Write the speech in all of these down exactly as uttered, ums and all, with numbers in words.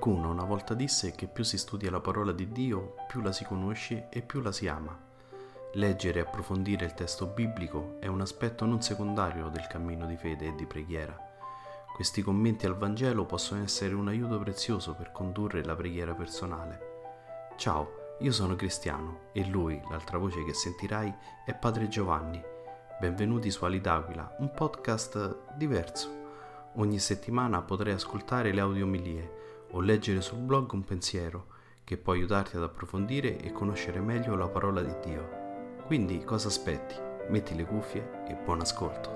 Qualcuno una volta disse che più si studia la parola di Dio, più la si conosce e più la si ama. Leggere e approfondire il testo biblico è un aspetto non secondario del cammino di fede e di preghiera. Questi commenti al Vangelo possono essere un aiuto prezioso per condurre la preghiera personale. Ciao, io sono Cristiano e lui, l'altra voce che sentirai, è Padre Giovanni. Benvenuti su Ali d'Aquila, un podcast diverso. Ogni settimana potrai ascoltare le audiomilie o leggere sul blog un pensiero che può aiutarti ad approfondire e conoscere meglio la parola di Dio. Quindi cosa aspetti? Metti le cuffie e buon ascolto.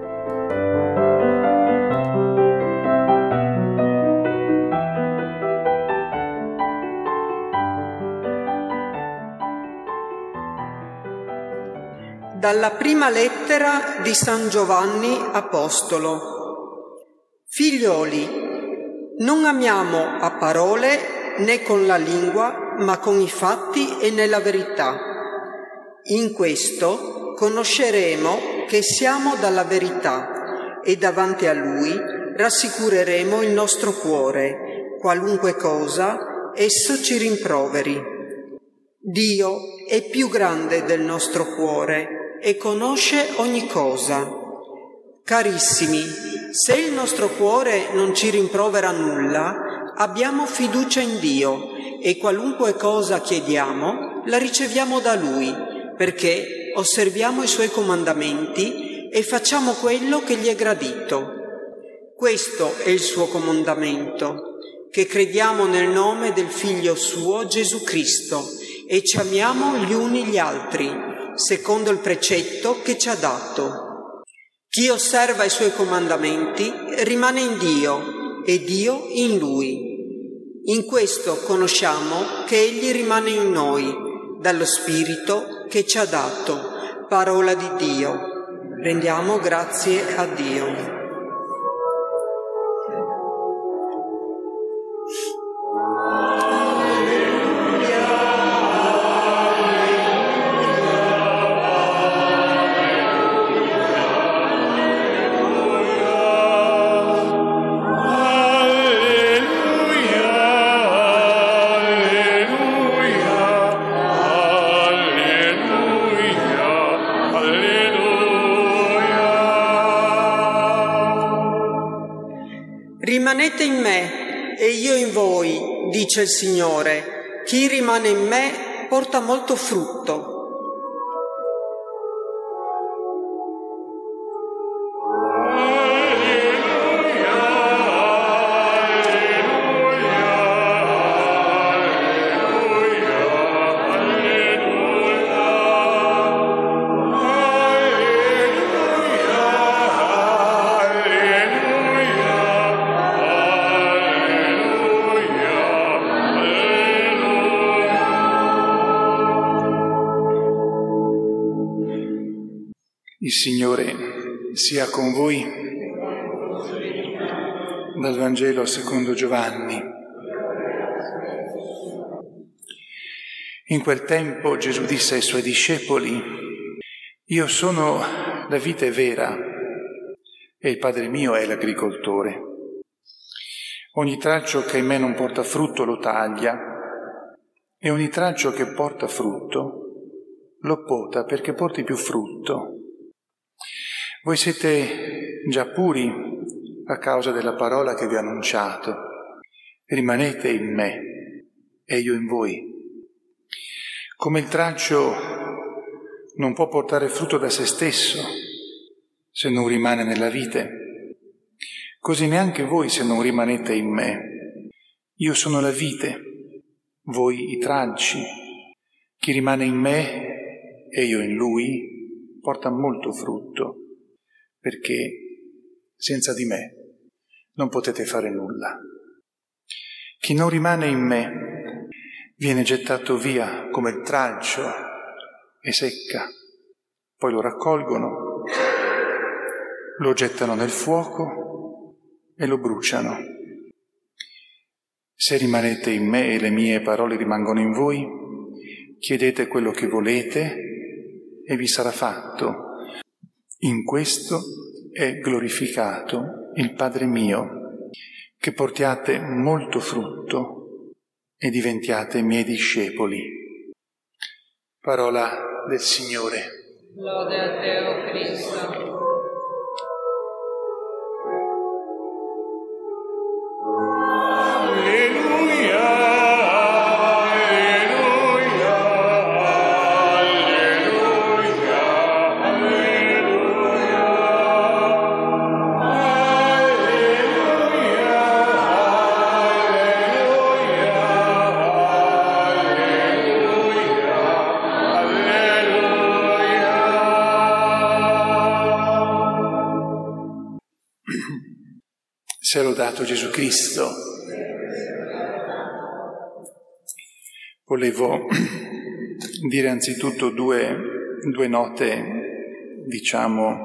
Dalla prima lettera di San Giovanni Apostolo. Figlioli, non amiamo a parole né con la lingua, ma con i fatti e nella verità. In questo conosceremo che siamo dalla verità e davanti a Lui rassicureremo il nostro cuore, qualunque cosa esso ci rimproveri. Dio è più grande del nostro cuore e conosce ogni cosa. Carissimi, se il nostro cuore non ci rimprovera nulla, abbiamo fiducia in Dio e qualunque cosa chiediamo la riceviamo da Lui, perché osserviamo i Suoi comandamenti e facciamo quello che gli è gradito. Questo è il Suo comandamento, che crediamo nel nome del Figlio Suo, Gesù Cristo, e ci amiamo gli uni gli altri, secondo il precetto che ci ha dato. Chi osserva i Suoi comandamenti rimane in Dio e Dio in Lui. In questo conosciamo che Egli rimane in noi, dallo Spirito che ci ha dato. Parola di Dio. Rendiamo grazie a Dio. Rimanete in me e io in voi, dice il Signore. Chi rimane in me porta molto frutto. Il Signore sia con voi. Dal Vangelo secondo Giovanni. In quel tempo Gesù disse ai Suoi discepoli: Io sono la vite vera e il Padre mio è l'agricoltore. Ogni tralcio che in me non porta frutto lo taglia e ogni tralcio che porta frutto lo pota perché porti più frutto. Voi siete già puri a causa della parola che vi ho annunciato. Rimanete in me e io in voi. Come il tralcio non può portare frutto da se stesso se non rimane nella vite, così neanche voi se non rimanete in me. Io sono la vite, voi i tralci. Chi rimane in me e io in lui porta molto frutto, perché senza di me non potete fare nulla. Chi non rimane in me viene gettato via come il tralcio e secca, poi lo raccolgono, lo gettano nel fuoco e lo bruciano. Se rimanete in me e le mie parole rimangono in voi, chiedete quello che volete e vi sarà fatto. In questo è glorificato il Padre mio, che portiate molto frutto e diventiate miei discepoli. Parola del Signore. Lode a te, o Cristo. Sia lodato Gesù Cristo. Volevo dire anzitutto due, due note, diciamo,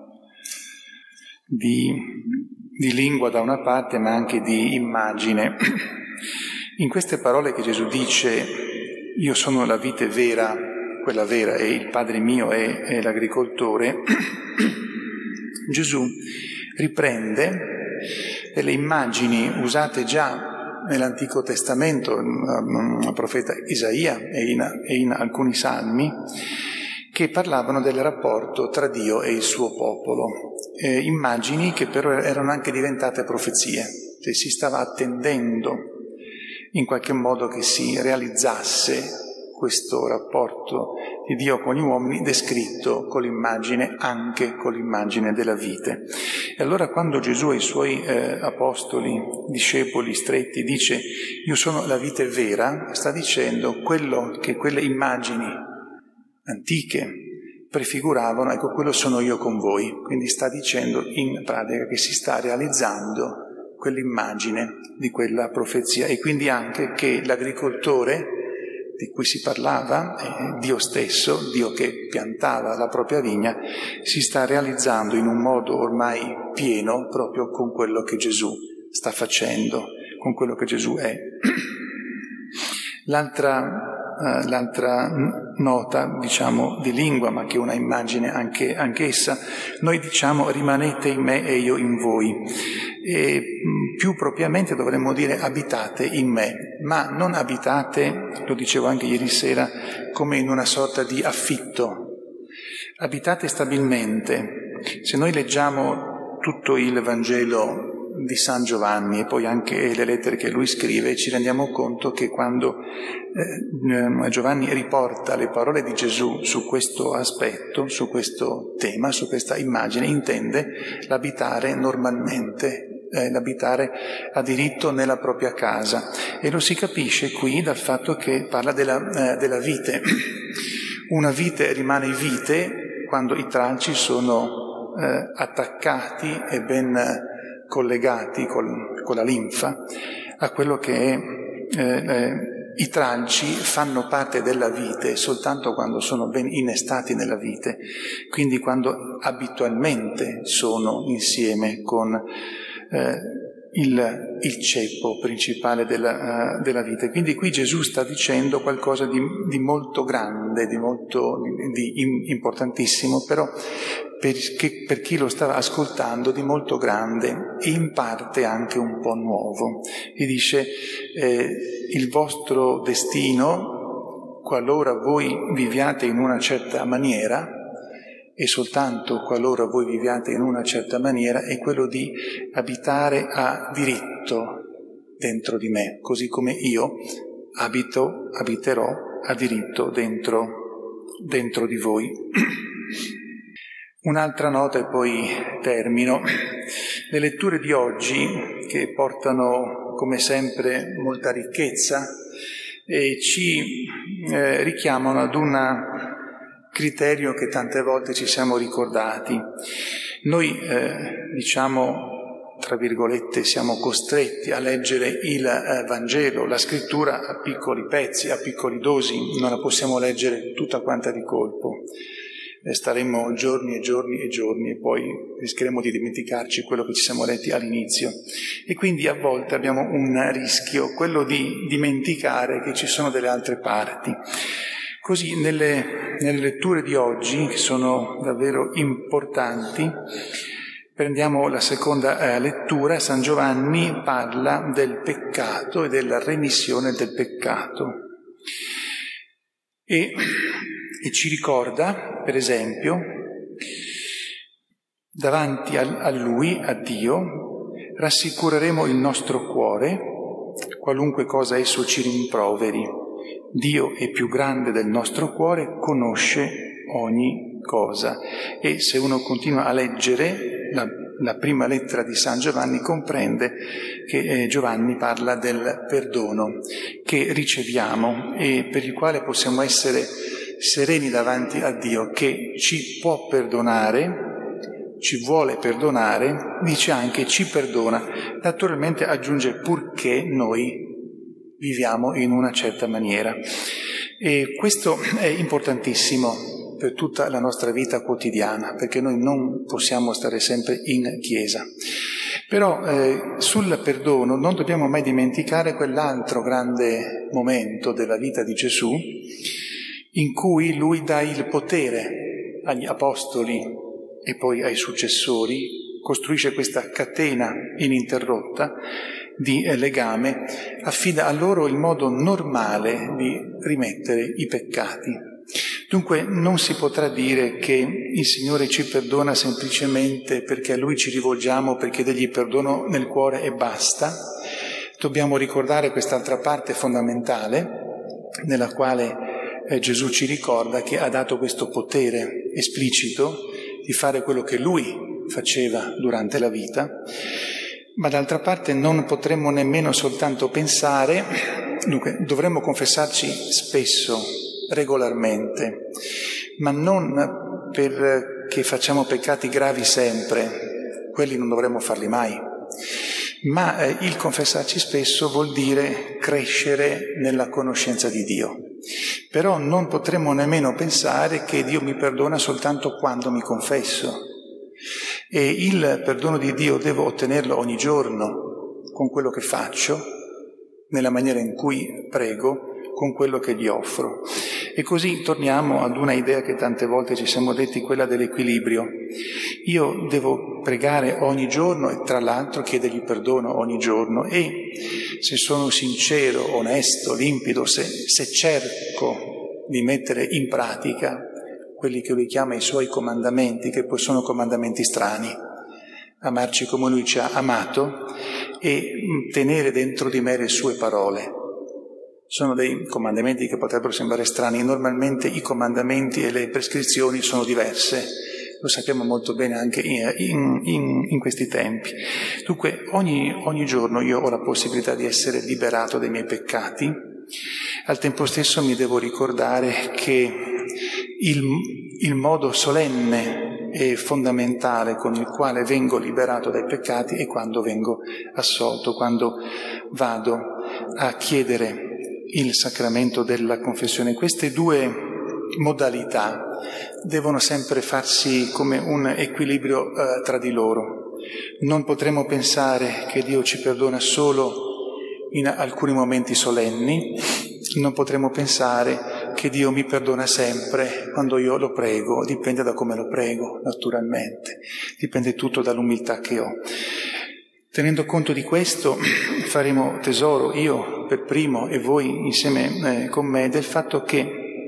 di, di lingua da una parte, ma anche di immagine. In queste parole che Gesù dice, io sono la vite vera, quella vera, e il Padre mio è, è l'agricoltore, Gesù riprende delle immagini usate già nell'Antico Testamento, il profeta Isaia e in, e in alcuni salmi, che parlavano del rapporto tra Dio e il suo popolo. Eh, immagini che però erano anche diventate profezie, cioè si stava attendendo in qualche modo che si realizzasse questo rapporto di Dio con gli uomini, descritto con l'immagine, anche con l'immagine della vite. E allora quando Gesù ai suoi eh, apostoli, discepoli stretti, dice io sono la vite vera, sta dicendo quello che quelle immagini antiche prefiguravano, ecco, quello sono io con voi. Quindi sta dicendo in pratica che si sta realizzando quell'immagine di quella profezia, e quindi anche che l'agricoltore di cui si parlava, eh, Dio stesso, Dio che piantava la propria vigna, si sta realizzando in un modo ormai pieno proprio con quello che Gesù sta facendo, con quello che Gesù è. L'altra, eh, l'altra nota, diciamo, di lingua, ma che è una immagine anche anch'essa, noi diciamo rimanete in me e io in voi. E più propriamente dovremmo dire abitate in me, ma non abitate, lo dicevo anche ieri sera, come in una sorta di affitto. Abitate stabilmente. Se noi leggiamo tutto il Vangelo di San Giovanni e poi anche le lettere che lui scrive, ci rendiamo conto che quando eh, Giovanni riporta le parole di Gesù su questo aspetto, su questo tema, su questa immagine, intende l'abitare normalmente, eh, l'abitare a diritto nella propria casa, e lo si capisce qui dal fatto che parla della, eh, della vite. Una vite rimane vite quando i tralci sono eh, attaccati e ben collegati col, con la linfa a quello che è eh, eh, i tralci fanno parte della vite soltanto quando sono ben innestati nella vite, quindi quando abitualmente sono insieme con eh, il, il ceppo principale della, uh, della vite. Quindi qui Gesù sta dicendo qualcosa di, di molto grande, di molto di, di importantissimo, però per, che, per chi lo stava ascoltando di molto grande e in parte anche un po' nuovo. E dice eh, il vostro destino, qualora voi viviate in una certa maniera, e soltanto qualora voi viviate in una certa maniera, è quello di abitare a diritto dentro di me, così come io abito, abiterò a diritto dentro, dentro di voi. Un'altra nota e poi termino. Le letture di oggi, che portano come sempre molta ricchezza, e ci eh, richiamano ad un criterio che tante volte ci siamo ricordati. Noi, eh, diciamo, tra virgolette, siamo costretti a leggere il eh, Vangelo, la scrittura, a piccoli pezzi, a piccoli dosi, non la possiamo leggere tutta quanta di colpo. Eh, staremo giorni e giorni e giorni e poi rischieremo di dimenticarci quello che ci siamo letti all'inizio. E quindi a volte abbiamo un rischio, quello di dimenticare che ci sono delle altre parti. Così nelle, nelle letture di oggi, che sono davvero importanti, Prendiamo la seconda eh, lettura. San Giovanni parla del peccato e della remissione del peccato e, e ci ricorda, per esempio, davanti a, a Lui, a Dio, rassicureremo il nostro cuore, qualunque cosa esso ci rimproveri. Dio è più grande del nostro cuore, conosce ogni cosa. E se uno continua a leggere la, la prima lettera di San Giovanni, comprende che eh, Giovanni parla del perdono che riceviamo e per il quale possiamo essere sereni davanti a Dio, che ci può perdonare, ci vuole perdonare, dice anche ci perdona. Naturalmente aggiunge purché noi viviamo in una certa maniera. E questo è importantissimo per tutta la nostra vita quotidiana, perché noi non possiamo stare sempre in chiesa. Però eh, sul perdono non dobbiamo mai dimenticare quell'altro grande momento della vita di Gesù, in cui lui dà il potere agli apostoli e poi ai successori, costruisce questa catena ininterrotta di legame, affida a loro il modo normale di rimettere i peccati. Dunque non si potrà dire che il Signore ci perdona semplicemente perché a Lui ci rivolgiamo per chiedergli perdono nel cuore e basta. Dobbiamo ricordare quest'altra parte fondamentale nella quale eh, Gesù ci ricorda che ha dato questo potere esplicito di fare quello che Lui faceva durante la vita. Ma d'altra parte non potremmo nemmeno soltanto pensare, dunque dovremmo confessarci spesso, regolarmente, ma non perché facciamo peccati gravi sempre, quelli non dovremmo farli mai, ma eh, il confessarci spesso vuol dire crescere nella conoscenza di Dio. Però non potremmo nemmeno pensare che Dio mi perdona soltanto quando mi confesso. E il perdono di Dio devo ottenerlo ogni giorno, con quello che faccio, nella maniera in cui prego, con quello che gli offro. E così torniamo ad una idea che tante volte ci siamo detti, quella dell'equilibrio. Io devo pregare ogni giorno e tra l'altro chiedergli perdono ogni giorno, e se sono sincero, onesto, limpido, se, se cerco di mettere in pratica quelli che lui chiama i suoi comandamenti, che poi sono comandamenti strani, amarci come lui ci ha amato e tenere dentro di me le sue parole. Sono dei comandamenti che potrebbero sembrare strani, normalmente i comandamenti e le prescrizioni sono diverse, lo sappiamo molto bene anche in, in, in questi tempi. Dunque ogni, ogni giorno io ho la possibilità di essere liberato dai miei peccati, al tempo stesso mi devo ricordare che il, il modo solenne e fondamentale con il quale vengo liberato dai peccati è quando vengo assolto, quando vado a chiedere il sacramento della confessione. Queste due modalità devono sempre farsi come un equilibrio eh, tra di loro. Non potremo pensare che Dio ci perdona solo in alcuni momenti solenni, non potremo pensare che Dio mi perdona sempre quando io lo prego, dipende da come lo prego, naturalmente, dipende tutto dall'umiltà che ho. Tenendo conto di questo, faremo tesoro, io per primo e voi insieme eh, con me, del fatto che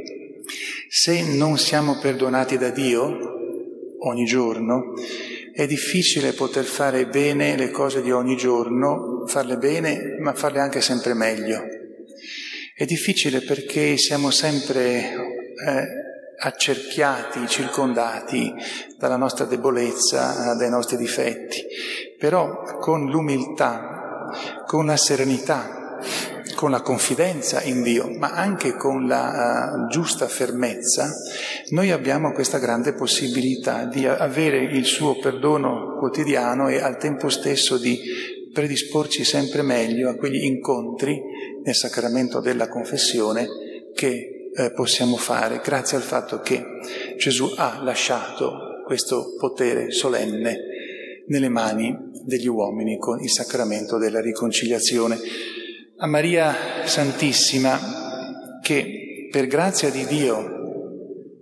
se non siamo perdonati da Dio ogni giorno, è difficile poter fare bene le cose di ogni giorno, farle bene, ma farle anche sempre meglio. È difficile perché siamo sempre eh, accerchiati, circondati dalla nostra debolezza, dai nostri difetti. Però con l'umiltà, con la serenità, con la confidenza in Dio, ma anche con la uh, giusta fermezza, noi abbiamo questa grande possibilità di avere il suo perdono quotidiano e al tempo stesso di predisporci sempre meglio a quegli incontri nel sacramento della confessione che eh, possiamo fare grazie al fatto che Gesù ha lasciato questo potere solenne nelle mani degli uomini con il sacramento della riconciliazione. A Maria Santissima, che per grazia di Dio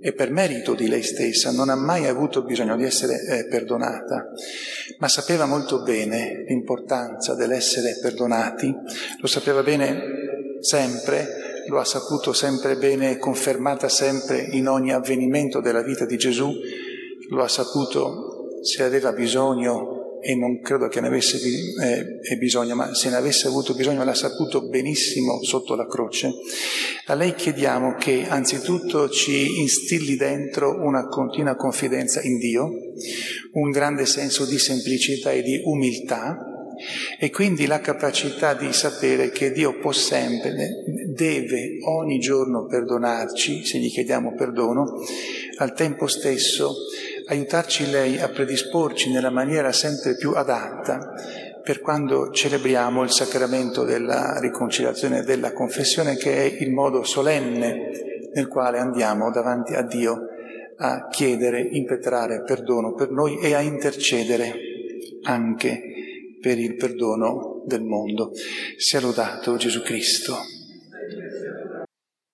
e per merito di lei stessa, non ha mai avuto bisogno di essere eh, perdonata, ma sapeva molto bene l'importanza dell'essere perdonati, lo sapeva bene sempre, lo ha saputo sempre bene, confermata sempre in ogni avvenimento della vita di Gesù, lo ha saputo se aveva bisogno, e non credo che ne avesse eh, bisogno, ma se ne avesse avuto bisogno l'ha saputo benissimo sotto la croce. A lei chiediamo che anzitutto ci instilli dentro una continua confidenza in Dio, un grande senso di semplicità e di umiltà, e quindi la capacità di sapere che Dio può sempre, deve ogni giorno perdonarci, se gli chiediamo perdono, al tempo stesso aiutarci lei a predisporci nella maniera sempre più adatta per quando celebriamo il sacramento della riconciliazione e della confessione, che è il modo solenne nel quale andiamo davanti a Dio a chiedere, impetrare perdono per noi e a intercedere anche per il perdono del mondo. Sia lodato Gesù Cristo.